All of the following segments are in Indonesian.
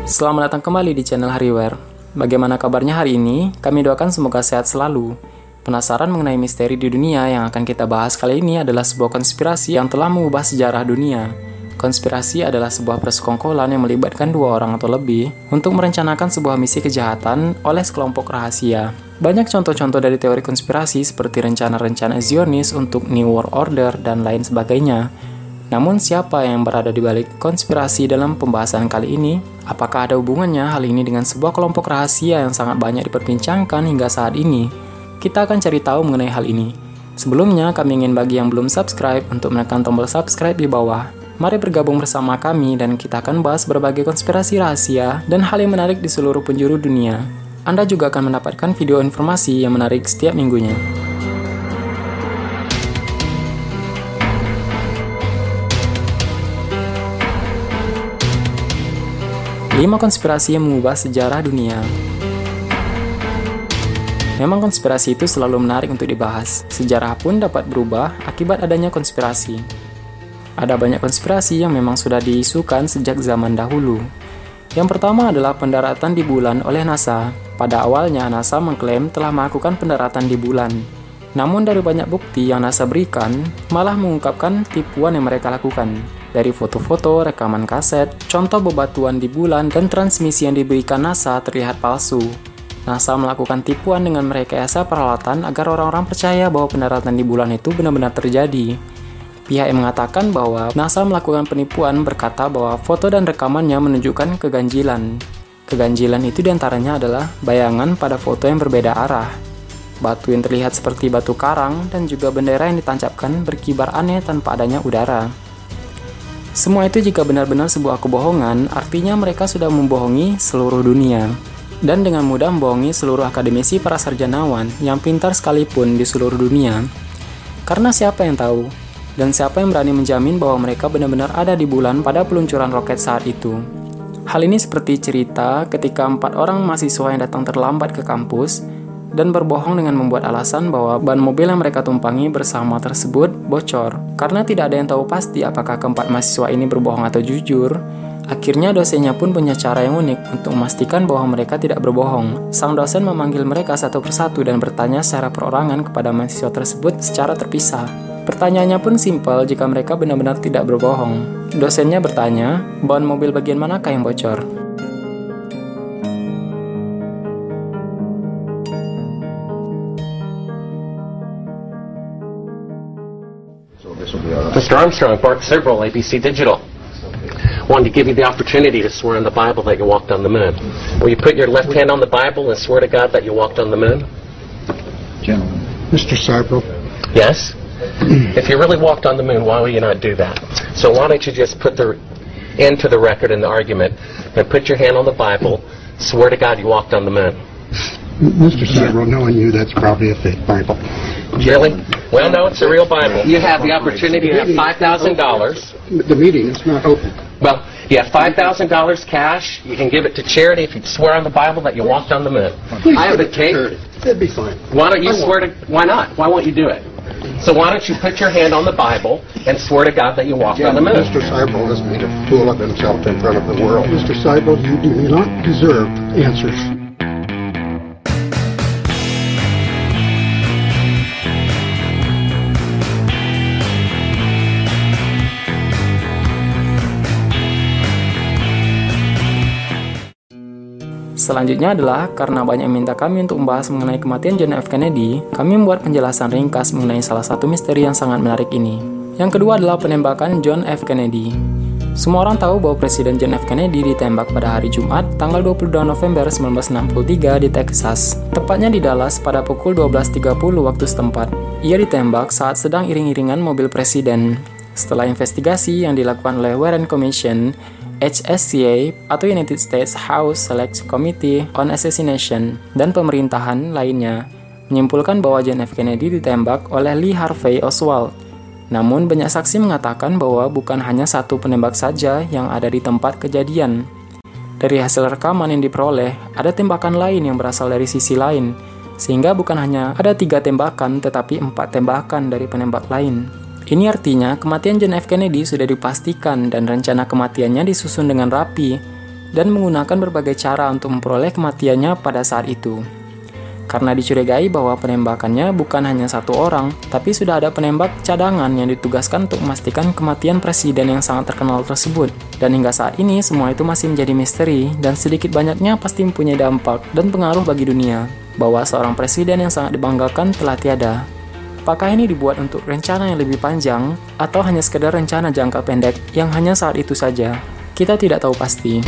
Selamat datang kembali di channel Hariware. Bagaimana kabarnya hari ini? Kami doakan semoga sehat selalu. Penasaran mengenai misteri di dunia yang akan kita bahas kali ini adalah sebuah konspirasi yang telah mengubah sejarah dunia. Konspirasi adalah sebuah persekongkolan yang melibatkan dua orang atau lebih untuk merencanakan sebuah misi kejahatan oleh sekelompok rahasia. Banyak contoh-contoh dari teori konspirasi seperti rencana-rencana Zionis untuk New World Order dan lain sebagainya. Namun siapa yang berada di balik konspirasi dalam pembahasan kali ini? Apakah ada hubungannya hal ini dengan sebuah kelompok rahasia yang sangat banyak diperbincangkan hingga saat ini? Kita akan cari tahu mengenai hal ini. Sebelumnya, kami ingin bagi yang belum subscribe untuk menekan tombol subscribe di bawah. Mari bergabung bersama kami dan kita akan bahas berbagai konspirasi rahasia dan hal yang menarik di seluruh penjuru dunia. Anda juga akan mendapatkan video informasi yang menarik setiap minggunya. 5 konspirasi yang mengubah sejarah dunia. Memang konspirasi itu selalu menarik untuk dibahas. Sejarah pun dapat berubah akibat adanya konspirasi. Ada banyak konspirasi yang memang sudah diisukan sejak zaman dahulu. Yang pertama adalah pendaratan di bulan oleh NASA. Pada awalnya NASA mengklaim telah melakukan pendaratan di bulan. Namun dari banyak bukti yang NASA berikan, malah mengungkapkan tipuan yang mereka lakukan. Dari foto-foto, rekaman kaset, contoh bebatuan di bulan, dan transmisi yang diberikan NASA terlihat palsu. NASA melakukan tipuan dengan merekayasa peralatan agar orang-orang percaya bahwa pendaratan di bulan itu benar-benar terjadi. Pihak yang mengatakan bahwa NASA melakukan penipuan berkata bahwa foto dan rekamannya menunjukkan keganjilan. Keganjilan itu diantaranya adalah bayangan pada foto yang berbeda arah. Batu yang terlihat seperti batu karang dan juga bendera yang ditancapkan berkibar aneh tanpa adanya udara. Semua itu jika benar-benar sebuah kebohongan, artinya mereka sudah membohongi seluruh dunia. Dan dengan mudah membohongi seluruh akademisi para sarjanawan yang pintar sekalipun di seluruh dunia. Karena siapa yang tahu? Dan siapa yang berani menjamin bahwa mereka benar-benar ada di bulan pada peluncuran roket saat itu? Hal ini seperti cerita ketika 4 orang mahasiswa yang datang terlambat ke kampus dan berbohong dengan membuat alasan bahwa ban mobil yang mereka tumpangi bersama tersebut bocor. Karena tidak ada yang tahu pasti apakah keempat mahasiswa ini berbohong atau jujur, akhirnya dosennya pun punya cara yang unik untuk memastikan bahwa mereka tidak berbohong. Sang dosen memanggil mereka satu persatu dan bertanya secara perorangan kepada mahasiswa tersebut secara terpisah. Pertanyaannya pun simpel jika mereka benar-benar tidak berbohong. Dosennya bertanya, ban mobil bagian manakah yang bocor? Mr. Armstrong, Bart Sibrel, ABC Digital. Wanted to give you the opportunity to swear on the Bible that you walked on the moon. Will you put your left hand on the Bible and swear to God that you walked on the moon? Gentlemen. Mr. Sibrel. Yes? If you really walked on the moon, why will you not do that? So why don't you just put the end to the record in the argument and put your hand on the Bible, swear to God you walked on the moon. Mr. Sibrel, knowing you, that's probably a fake Bible. Really? Well, no, it's a real Bible. You have the opportunity to have $5,000. The meeting is not open. Well, you have $5,000 cash. You can give it to charity if you swear on the Bible that you walked on the moon. Please I have give a it to tape. charity. That'd be fine. Why don't you swear to? Why not? Why won't you do it? So why don't you put your hand on the Bible and swear to God that you walked on the moon? Mr. Sibrel has made a fool of himself in front of the world. Mr. Sibrel, you do not deserve answers. Selanjutnya adalah karena banyak yang minta kami untuk membahas mengenai kematian John F. Kennedy, kami membuat penjelasan ringkas mengenai salah satu misteri yang sangat menarik ini. Yang kedua adalah penembakan John F. Kennedy. Semua orang tahu bahwa Presiden John F. Kennedy ditembak pada hari Jumat, tanggal 22 November 1963 di Texas, tepatnya di Dallas pada pukul 12.30 waktu setempat. Ia ditembak saat sedang iring-iringan mobil presiden. Setelah investigasi yang dilakukan oleh Warren Commission, HSCA atau United States House Select Committee on Assassination dan pemerintahan lainnya menyimpulkan bahwa John F. Kennedy ditembak oleh Lee Harvey Oswald. Namun banyak saksi mengatakan bahwa bukan hanya satu penembak saja yang ada di tempat kejadian. Dari hasil rekaman yang diperoleh, ada tembakan lain yang berasal dari sisi lain, sehingga bukan hanya ada 3 tembakan tetapi 4 tembakan dari penembak lain. Ini artinya kematian John F. Kennedy sudah dipastikan dan rencana kematiannya disusun dengan rapi. dan menggunakan berbagai cara untuk memperoleh kematiannya pada saat itu. Karena dicurigai bahwa penembakannya bukan hanya satu orang, tapi sudah ada penembak cadangan yang ditugaskan untuk memastikan kematian presiden yang sangat terkenal tersebut. Dan hingga saat ini semua itu masih menjadi misteri, dan sedikit banyaknya pasti mempunyai dampak dan pengaruh bagi dunia, bahwa seorang presiden yang sangat dibanggakan telah tiada. Apakah ini dibuat untuk rencana yang lebih panjang, atau hanya sekedar rencana jangka pendek yang hanya saat itu saja? Kita tidak tahu pasti.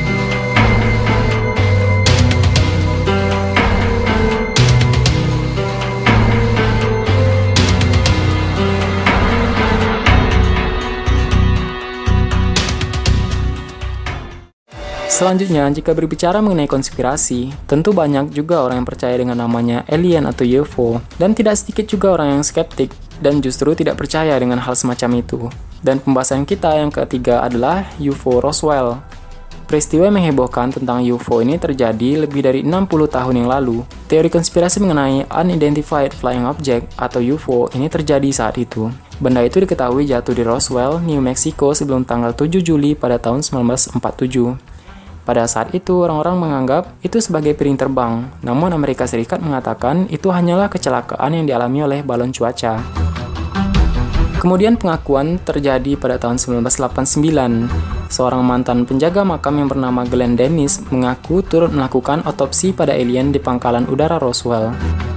Selanjutnya, jika berbicara mengenai konspirasi, tentu banyak juga orang yang percaya dengan namanya alien atau UFO, dan tidak sedikit juga orang yang skeptik dan justru tidak percaya dengan hal semacam itu. Dan pembahasan kita yang ketiga adalah UFO Roswell. Peristiwa yang menghebohkan tentang UFO ini terjadi lebih dari 60 tahun yang lalu. Teori konspirasi mengenai Unidentified Flying Object atau UFO ini terjadi saat itu. Benda itu diketahui jatuh di Roswell, New Mexico sebelum tanggal 7 Juli pada tahun 1947. Pada saat itu, orang-orang menganggap itu sebagai piring terbang, namun Amerika Serikat mengatakan itu hanyalah kecelakaan yang dialami oleh balon cuaca. Kemudian pengakuan terjadi pada tahun 1989. Seorang mantan penjaga makam yang bernama Glenn Dennis mengaku turut melakukan otopsi pada alien di pangkalan udara Roswell.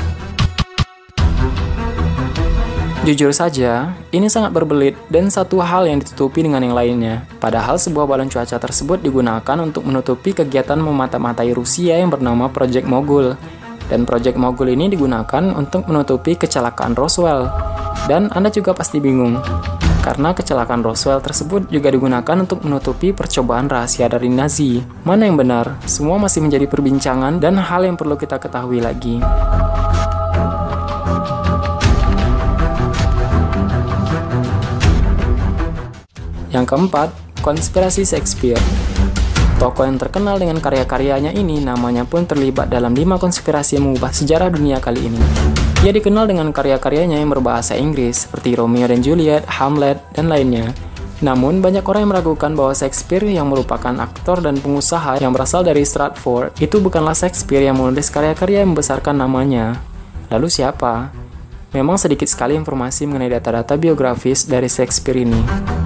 Jujur saja, ini sangat berbelit dan satu hal yang ditutupi dengan yang lainnya. Padahal sebuah balon cuaca tersebut digunakan untuk menutupi kegiatan memata-matai Rusia yang bernama Project Mogul. Dan Project Mogul ini digunakan untuk menutupi kecelakaan Roswell. Dan Anda juga pasti bingung, karena kecelakaan Roswell tersebut juga digunakan untuk menutupi percobaan rahasia dari Nazi. Mana yang benar? Semua masih menjadi perbincangan dan hal yang perlu kita ketahui lagi. Yang keempat, konspirasi Shakespeare. Tokoh yang terkenal dengan karya-karyanya ini namanya pun terlibat dalam 5 konspirasi yang mengubah sejarah dunia kali ini. Ia dikenal dengan karya-karyanya yang berbahasa Inggris seperti Romeo dan Juliet, Hamlet, dan lainnya. Namun, banyak orang yang meragukan bahwa Shakespeare yang merupakan aktor dan pengusaha yang berasal dari Stratford itu bukanlah Shakespeare yang menulis karya-karya yang membesarkan namanya. Lalu siapa? Memang sedikit sekali informasi mengenai data-data biografis dari Shakespeare ini.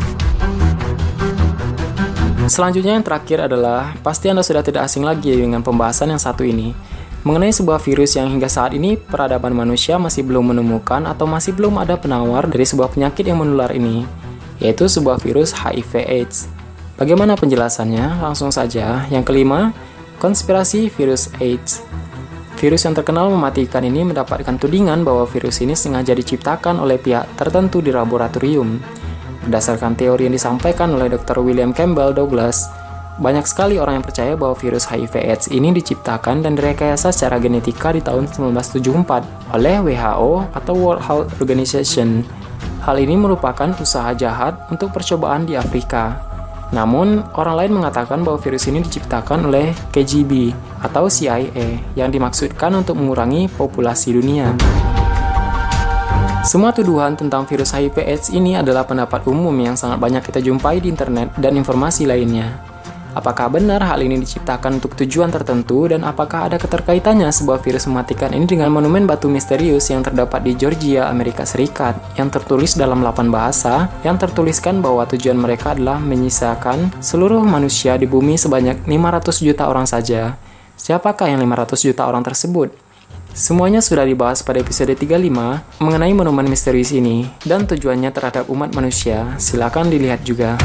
Selanjutnya yang terakhir adalah, pasti Anda sudah tidak asing lagi dengan pembahasan yang satu ini, mengenai sebuah virus yang hingga saat ini peradaban manusia masih belum menemukan atau masih belum ada penawar dari sebuah penyakit yang menular ini, yaitu sebuah virus HIV/AIDS. Bagaimana penjelasannya? Langsung saja. Yang kelima, konspirasi virus AIDS. Virus yang terkenal mematikan ini mendapatkan tudingan bahwa virus ini sengaja diciptakan oleh pihak tertentu di laboratorium. Berdasarkan teori yang disampaikan oleh Dr. William Campbell Douglas, banyak sekali orang yang percaya bahwa virus HIV/AIDS ini diciptakan dan direkayasa secara genetika di tahun 1974 oleh WHO atau World Health Organization. Hal ini merupakan usaha jahat untuk percobaan di Afrika. Namun, orang lain mengatakan bahwa virus ini diciptakan oleh KGB atau CIA yang dimaksudkan untuk mengurangi populasi dunia. Semua tuduhan tentang virus HIV/AIDS ini adalah pendapat umum yang sangat banyak kita jumpai di internet dan informasi lainnya. Apakah benar hal ini diciptakan untuk tujuan tertentu dan apakah ada keterkaitannya sebuah virus mematikan ini dengan monumen batu misterius yang terdapat di Georgia, Amerika Serikat yang tertulis dalam 8 bahasa yang tertuliskan bahwa tujuan mereka adalah menyisakan seluruh manusia di bumi sebanyak 500 juta orang saja. Siapakah yang 500 juta orang tersebut? Semuanya sudah dibahas pada episode 35 mengenai monumen misterius ini dan tujuannya terhadap umat manusia. Silakan dilihat juga.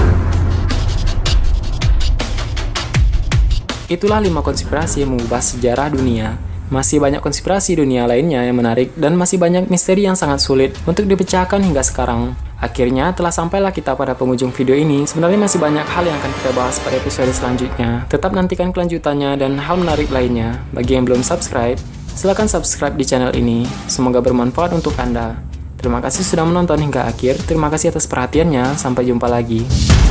Itulah 5 konspirasi yang mengubah sejarah dunia. Masih banyak konspirasi dunia lainnya yang menarik dan masih banyak misteri yang sangat sulit untuk dipecahkan hingga sekarang. Akhirnya telah sampailah kita pada penghujung video ini. Sebenarnya masih banyak hal yang akan kita bahas pada episode selanjutnya. Tetap nantikan kelanjutannya dan hal menarik lainnya. Bagi yang belum subscribe, silakan subscribe di channel ini. Semoga bermanfaat untuk Anda. Terima kasih sudah menonton hingga akhir. Terima kasih atas perhatiannya. Sampai jumpa lagi.